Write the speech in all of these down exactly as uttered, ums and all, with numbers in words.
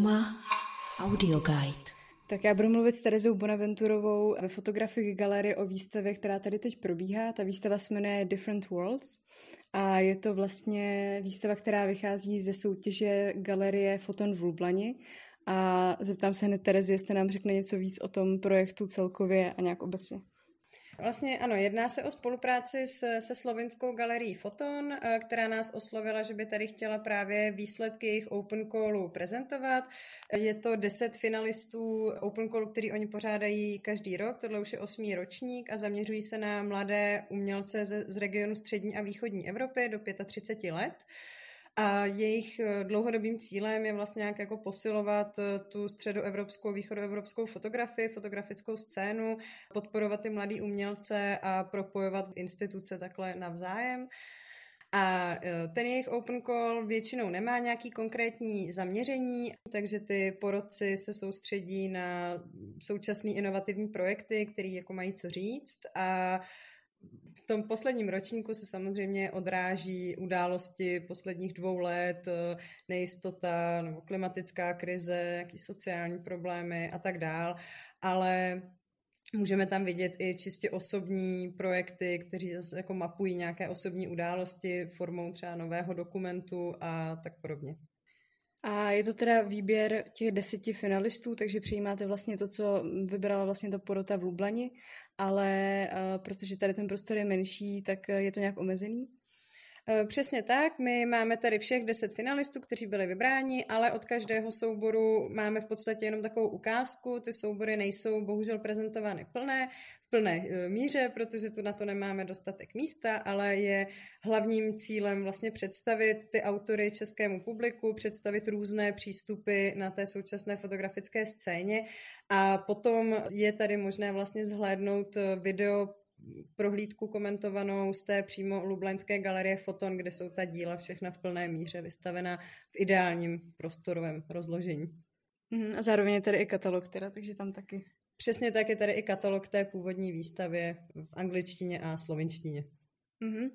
Aroma Audio Guide. Tak já budu mluvit s Terezou Bonaventurovou ve Photographic Gallery o výstavě, která tady teď probíhá. Ta výstava se jmenuje Different Worlds a je to vlastně výstava, která vychází ze soutěže galerie Foton v Lublani. A zeptám se hned Terezy, jestli nám řekne něco víc o tom projektu celkově a nějak obecně. Vlastně ano, jedná se o spolupráci s, se slovinskou galerií Foton, která nás oslovila, že by tady chtěla právě výsledky jejich open callu prezentovat. Je to deset finalistů open callu, který oni pořádají každý rok, tohle už je osmý ročník a zaměřují se na mladé umělce z, z regionu střední a východní Evropy do třicet pět let. A jejich dlouhodobým cílem je vlastně nějak jako posilovat tu středoevropskou, východoevropskou fotografii, fotografickou scénu, podporovat ty mladý umělce a propojovat instituce takhle navzájem. A ten jejich open call většinou nemá nějaký konkrétní zaměření, takže ty porotci se soustředí na současné inovativní projekty, které jako mají co říct a v tom posledním ročníku se samozřejmě odráží události posledních dvou let, nejistota nebo klimatická krize, jaký sociální problémy a tak dál, ale můžeme tam vidět i čistě osobní projekty, kteří zase jako mapují nějaké osobní události formou třeba nového dokumentu a tak podobně. A je to teda výběr těch deseti finalistů, takže přijímáte vlastně to, co vybrala vlastně ta porota v Lublani, ale uh, protože tady ten prostor je menší, tak je to nějak omezený? Přesně tak, my máme tady všech deset finalistů, kteří byli vybráni, ale od každého souboru máme v podstatě jenom takovou ukázku, ty soubory nejsou bohužel prezentovány plné, v plné míře, protože tu na to nemáme dostatek místa, ale je hlavním cílem vlastně představit ty autory českému publiku, představit různé přístupy na té současné fotografické scéně a potom je tady možné vlastně zhlédnout video prohlídku komentovanou z té přímo lublaňské galerie Foton, kde jsou ta díla všechna v plné míře vystavena v ideálním prostorovém rozložení. Mm, a zároveň je tady i katalog teda, takže tam taky. Přesně tak je tady i katalog té původní výstavě v angličtině a slovinštině. Mm-hmm.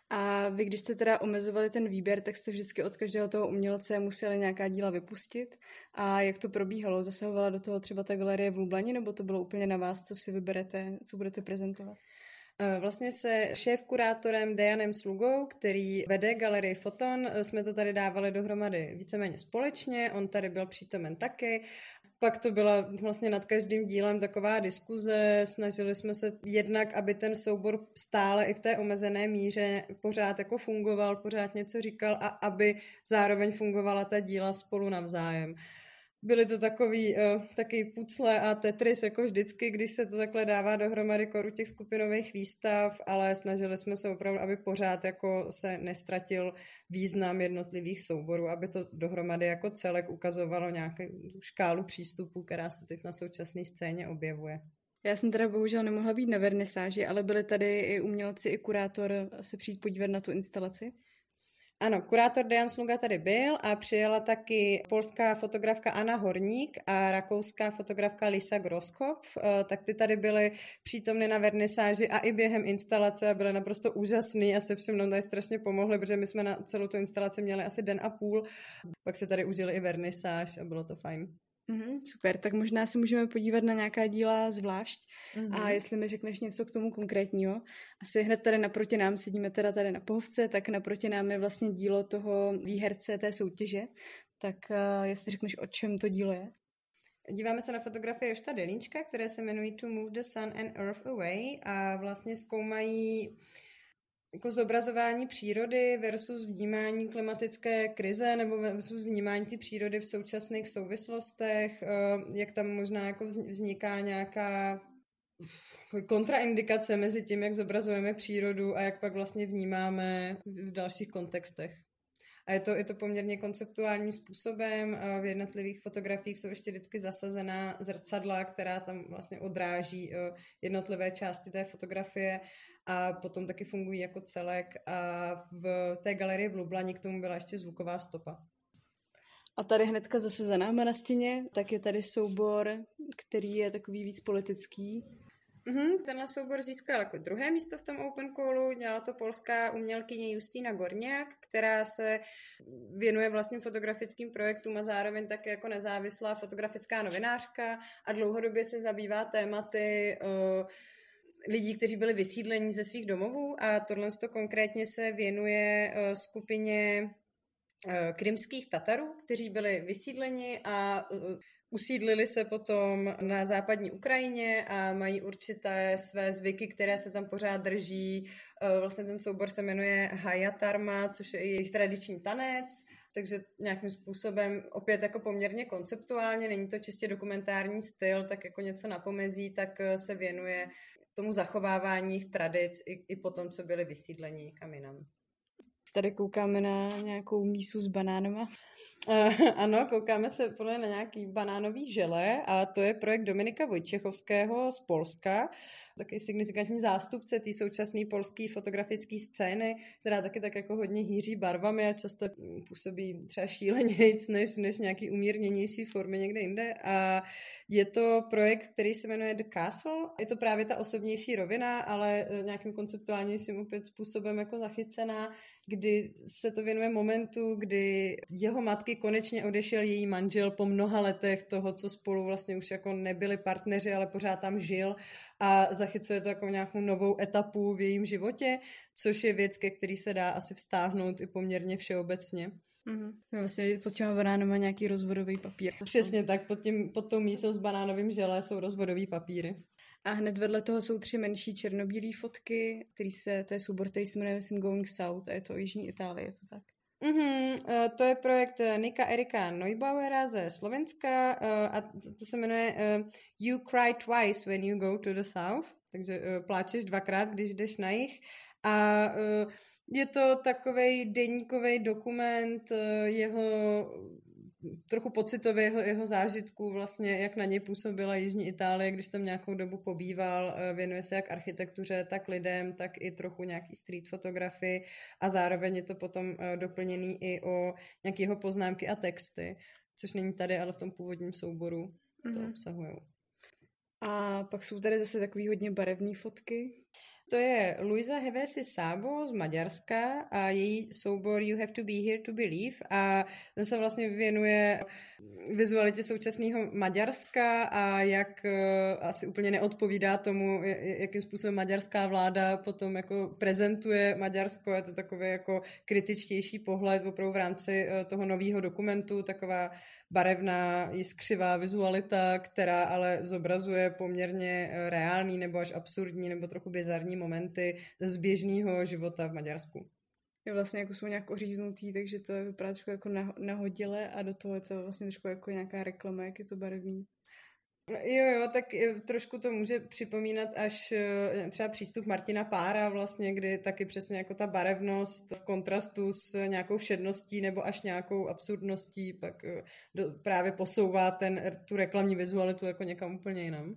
A vy, když jste teda omezovali ten výběr, tak jste vždycky od každého toho umělce museli nějaká díla vypustit. A jak to probíhalo? Zasahovala do toho třeba ta galerie v Lublani, nebo to bylo úplně na vás, co si vyberete, co budete prezentovat? Vlastně se šéf-kurátorem Dejanem Slugou, který vede galerii Foton, jsme to tady dávali dohromady víceméně společně, on tady byl přítomen taky. Pak to byla vlastně nad každým dílem taková diskuze, snažili jsme se jednak, aby ten soubor stále i v té omezené míře pořád jako fungoval, pořád něco říkal a aby zároveň fungovala ta díla spolu navzájem. Byly to takový uh, taky pucle a Tetris, jako vždycky, když se to takhle dává dohromady koru těch skupinových výstav, ale snažili jsme se opravdu, aby pořád jako se nestratil význam jednotlivých souborů, aby to dohromady jako celek ukazovalo nějakou škálu přístupů, která se teď na současné scéně objevuje. Já jsem teda bohužel nemohla být na vernisáži, ale byli tady i umělci, i kurátor se přijít podívat na tu instalaci? Ano, kurátor Dejan Sluga tady byl a přijela taky polská fotografka Anna Horník a rakouská fotografka Lisa Groskopf, tak ty tady byly přítomny na vernisáži a i během instalace byly naprosto úžasný a se všem nám tady strašně pomohli, protože my jsme na celou tu instalaci měli asi den a půl, pak se tady užili i vernisáž a bylo to fajn. Mm, super, tak možná si můžeme podívat na nějaká díla zvlášť mm-hmm. a jestli mi řekneš něco k tomu konkrétního. Asi hned tady naproti nám, sedíme teda tady na pohovce, tak naproti nám je vlastně dílo toho výherce té soutěže. Tak uh, jestli řekneš, o čem to dílo je? Díváme se na fotografie Jošta Delínčka, které se jmenují To Move the Sun and Earth Away a vlastně zkoumají jako zobrazování přírody versus vnímání klimatické krize nebo versus vnímání ty přírody v současných souvislostech, jak tam možná jako vzniká nějaká kontraindikace mezi tím, jak zobrazujeme přírodu a jak pak vlastně vnímáme v dalších kontextech. A je to, je to poměrně konceptuálním způsobem. V jednotlivých fotografiích jsou ještě vždycky zasazená zrcadla, která tam vlastně odráží jednotlivé části té fotografie a potom taky fungují jako celek. A v té galerii v Lublani k tomu byla ještě zvuková stopa. A tady hnedka zase za náma na stěně, tak je tady soubor, který je takový víc politický. Mm-hmm, tenhle soubor získal jako druhé místo v tom open callu, dělala to polská umělkyně Justyna Gorniak, která se věnuje vlastním fotografickým projektům a zároveň také jako nezávislá fotografická novinářka a dlouhodobě se zabývá tématy uh, lidí, kteří byli vysídleni ze svých domovů a tohle konkrétně se věnuje uh, skupině uh, krymských Tatarů, kteří byli vysídleni a uh, usídlili se potom na západní Ukrajině a mají určité své zvyky, které se tam pořád drží. Vlastně ten soubor se jmenuje Hayatarma, což je jejich tradiční tanec, takže nějakým způsobem opět jako poměrně konceptuálně, není to čistě dokumentární styl, tak jako něco na pomezí, tak se věnuje tomu zachovávání jejich tradic i, i po tom, co byli vysídleni někam jinam. Tady koukáme na nějakou mísu s banánama. Uh, ano, koukáme se podle na nějaký banánový želé a to je projekt Dominika Vojčechovského z Polska, takový signifikantní zástupce té současné polské fotografické scény, která taky tak jako hodně hýří barvami a často působí třeba šílenějc než, než nějaký umírněnější formy někde jinde. A je to projekt, který se jmenuje The Castle. Je to právě ta osobnější rovina, ale nějakým konceptuálnějším opět způsobem jako zachycená, kdy se to věnuje momentu, kdy jeho matky konečně odešel její manžel po mnoha letech toho, co spolu vlastně už jako nebyli partneři, ale pořád tam žil a zachycuje to jako nějakou novou etapu v jejím životě, což je věc, ke který se dá asi vztáhnout i poměrně všeobecně. Mm-hmm. Vlastně pod těma banánama nějaký rozvodový papír. Přesně tak, pod, tím, pod tou mísou s banánovým želé jsou rozvodový papíry. A hned vedle toho jsou tři menší černobílé fotky, který se, to je soubor, který se jmenuje, myslím, Going South a je to o jižní Itálii, je to tak? Mm-hmm, uh, to je projekt Nika Erika Neubauera ze Slovenska uh, a to, to se jmenuje uh, You Cry Twice When You Go to the South, takže uh, pláčeš dvakrát, když jdeš na jih. A uh, je to takovej deníkový dokument uh, jeho trochu pocitově jeho, jeho zážitků vlastně, jak na něj působila Jižní Itálie, když tam nějakou dobu pobýval, věnuje se jak architektuře, tak lidem, tak i trochu nějaký street fotografii a zároveň je to potom doplněný i o nějaké jeho poznámky a texty, což není tady, ale v tom původním souboru to mm-hmm. obsahují. A pak jsou tady zase takový hodně barevné fotky. To je Luisa Hevesi Sábo z Maďarska a její soubor You Have to be here to believe a ten se vlastně věnuje vizualitě současného Maďarska a jak asi úplně neodpovídá tomu, jakým způsobem maďarská vláda potom jako prezentuje Maďarsko. Je to takový jako kritičtější pohled opravdu v rámci toho nového dokumentu, taková barevná, jiskřivá vizualita, která ale zobrazuje poměrně reálný nebo až absurdní nebo trochu bizarní momenty z běžného života v Maďarsku. Je vlastně jako jsou nějak oříznutý, takže to vypadá trošku jako nahodile a do toho je to vlastně trošku jako nějaká reklama, jak je to barevný. Jo, jo, tak trošku to může připomínat až třeba přístup Martina Pára vlastně, kdy taky přesně jako ta barevnost v kontrastu s nějakou všedností nebo až nějakou absurdností pak do, právě posouvá ten, tu reklamní vizualitu jako někam úplně jinam.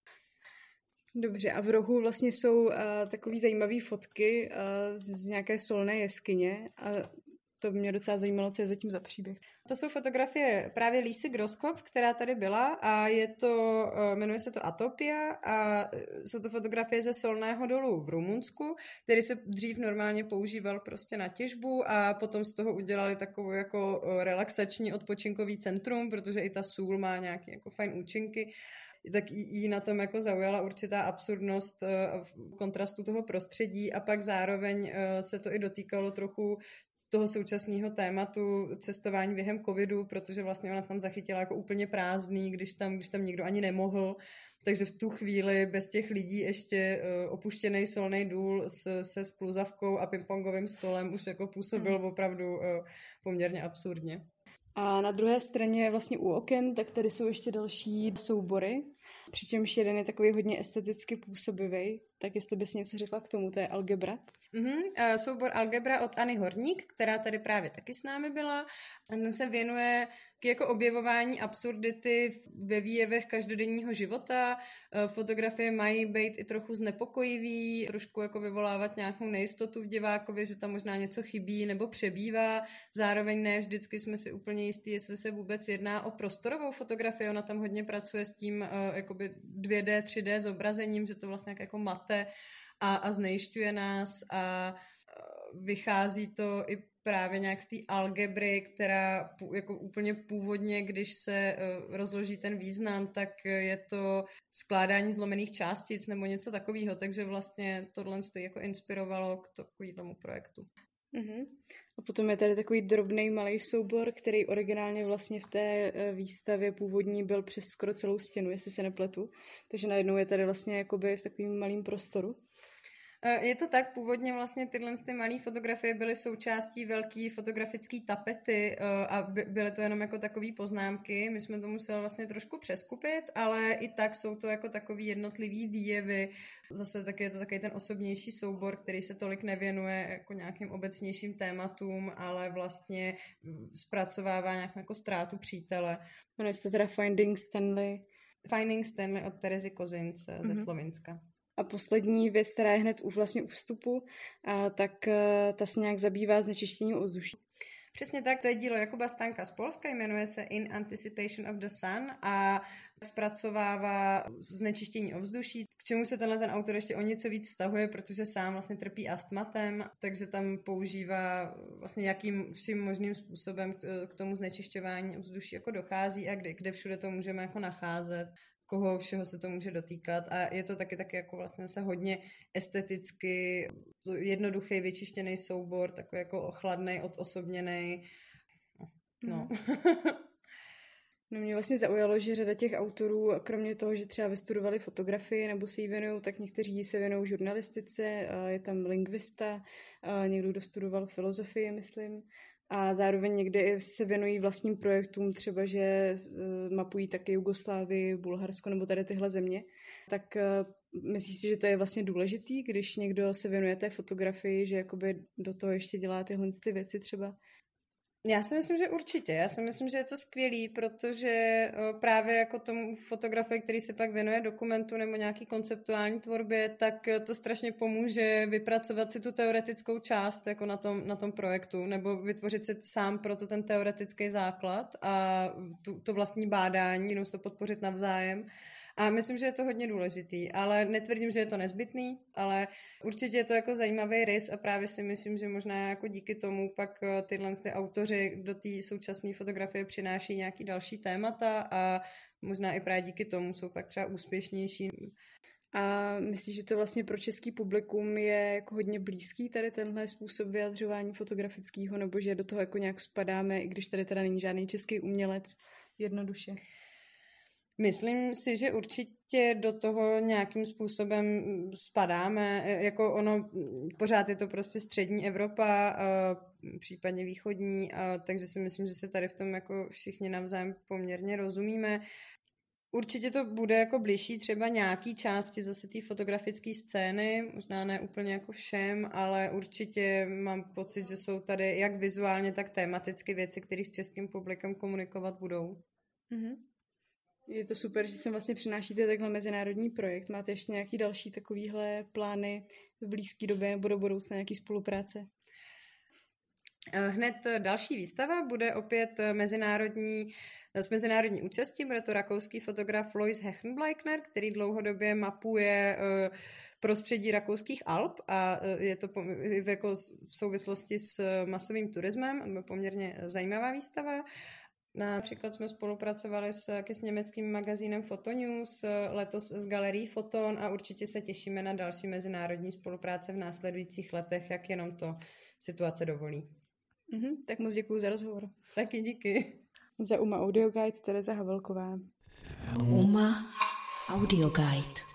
Dobře, a v rohu vlastně jsou uh, takový zajímavé fotky uh, z nějaké solné jeskyně a to by mě docela zajímalo, co je zatím za příběh. To jsou fotografie právě Lisy Groskop, která tady byla a je to, jmenuje se to Atopia a jsou to fotografie ze solného dolu v Rumunsku, který se dřív normálně používal prostě na těžbu a potom z toho udělali takovou jako relaxační odpočinkový centrum, protože i ta sůl má nějaké jako fajn účinky. Tak jí na tom jako zaujala určitá absurdnost v kontrastu toho prostředí a pak zároveň se to i dotýkalo trochu toho současného tématu cestování během covidu, protože vlastně ona tam zachytila jako úplně prázdný, když tam, když tam nikdo ani nemohl. Takže v tu chvíli bez těch lidí ještě uh, opuštěný solný důl s, se skluzavkou a pingpongovým stolem už jako působil hmm. opravdu uh, poměrně absurdně. A na druhé straně vlastně u oken, tak tady jsou ještě další soubory, přičemž jeden je takový hodně esteticky působivý. Tak jestli bys něco řekla k tomu, to je Algebra. Mm-hmm. Soubor Algebra od Anny Horník, která tady právě taky s námi byla. Ten se věnuje k jako objevování absurdity ve výjevech každodenního života. Fotografie mají být i trochu znepokojivý, trošku jako vyvolávat nějakou nejistotu v divákovi, že tam možná něco chybí nebo přebývá. Zároveň ne vždycky jsme si úplně jistí, jestli se vůbec jedná o prostorovou fotografii. Ona tam hodně pracuje s tím, jakoby dvě dé, tři dé zobrazením, že to vlastně jako mate a, a znejišťuje nás a vychází to i právě nějak z té algebry, která jako úplně původně, když se rozloží ten význam, tak je to skládání zlomených částic nebo něco takového, takže vlastně tohle to jako inspirovalo k takovému projektu. Uh-huh. A potom je tady takový drobnej malý soubor, který originálně vlastně v té výstavě původní byl přes skoro celou stěnu, jestli se nepletu. Takže najednou je tady vlastně jakoby v takovým malým prostoru. Je to tak, původně vlastně tyhle ty malé fotografie byly součástí velké fotografické tapety a byly to jenom jako takové poznámky. My jsme to museli vlastně trošku přeskupit, ale i tak jsou to jako takový jednotlivý výjevy. Zase taky je to takový ten osobnější soubor, který se tolik nevěnuje jako nějakým obecnějším tématům, ale vlastně zpracovává nějak jako ztrátu přítele. Ono je to teda Finding Stanley. Finding Stanley od Terezy Kozinc ze mm-hmm. Slovinska. A poslední věc, která je hned u, vlastně u vstupu, a tak ta se nějak zabývá znečištěním ovzduší. Přesně tak, to je dílo Jakuba Stanka z Polska, jmenuje se In Anticipation of the Sun a zpracovává znečištění ovzduší, k čemu se tenhle ten autor ještě o něco víc vztahuje, protože sám vlastně trpí astmatem, takže tam používá vlastně jakým vším možným způsobem k tomu znečišťování ovzduší jako dochází a kde, kde všude to můžeme jako nacházet, koho všeho se to může dotýkat a je to taky taky jako vlastně se hodně esteticky jednoduchý vyčištěný soubor, takový jako ochladnej, odosobněnej. No. No mě vlastně zaujalo, že řada těch autorů, kromě toho, že třeba vystudovali fotografii nebo se jí věnují, tak někteří se věnují žurnalistice, je tam lingvista, někdo dostudoval filozofii, myslím. A zároveň někdy se věnují vlastním projektům, třeba že mapují taky Jugoslávii, Bulharsko nebo tady tyhle země. Tak myslíš si, že to je vlastně důležitý, když někdo se věnuje té fotografii, že jakoby do toho ještě dělá tyhle ty věci třeba? Já si myslím, že určitě. Já si myslím, že je to skvělý, protože právě jako tomu fotografovi, který se pak věnuje dokumentu nebo nějaký konceptuální tvorbě, tak to strašně pomůže vypracovat si tu teoretickou část jako na tom, na tom projektu nebo vytvořit si sám proto ten teoretický základ a tu, to vlastní bádání, jenom to podpořit navzájem. A myslím, že je to hodně důležitý, ale netvrdím, že je to nezbytný, ale určitě je to jako zajímavý rys a právě si myslím, že možná jako díky tomu pak tyhle ty autoři do té současné fotografie přináší nějaký další témata a možná i právě díky tomu jsou pak třeba úspěšnější. A myslíš, že to vlastně pro český publikum je jako hodně blízký tady tenhle způsob vyjadřování fotografického, nebo že do toho jako nějak spadáme, i když tady teda není žádný český umělec jednoduše? Myslím si, že určitě do toho nějakým způsobem spadáme, jako ono, pořád je to prostě střední Evropa, případně východní, takže si myslím, že se tady v tom jako všichni navzájem poměrně rozumíme. Určitě to bude jako bližší třeba nějaký části zase té fotografické scény, možná ne úplně jako všem, ale určitě mám pocit, že jsou tady jak vizuálně, tak tematicky věci, které s českým publikem komunikovat budou. Mhm. Je to super, že sem vlastně přinášíte takhle mezinárodní projekt. Máte ještě nějaký další takovýhle plány v blízké době nebo do budoucna, nějaký spolupráce? Hned další výstava bude opět mezinárodní, s mezinárodní účastí. Bude to rakouský fotograf Lois Hechenbleichner, který dlouhodobě mapuje prostředí rakouských Alp a je to jako v souvislosti s masovým turismem. Poměrně zajímavá výstava. Například jsme spolupracovali s, s německým magazínem Fotonews, letos s galerií Foton a určitě se těšíme na další mezinárodní spolupráce v následujících letech, jak jenom to situace dovolí. Mm-hmm, tak moc děkuju za rozhovor. Taky díky. Za UMA Audio Guide Tereza Havelková. UMA Audio Guide.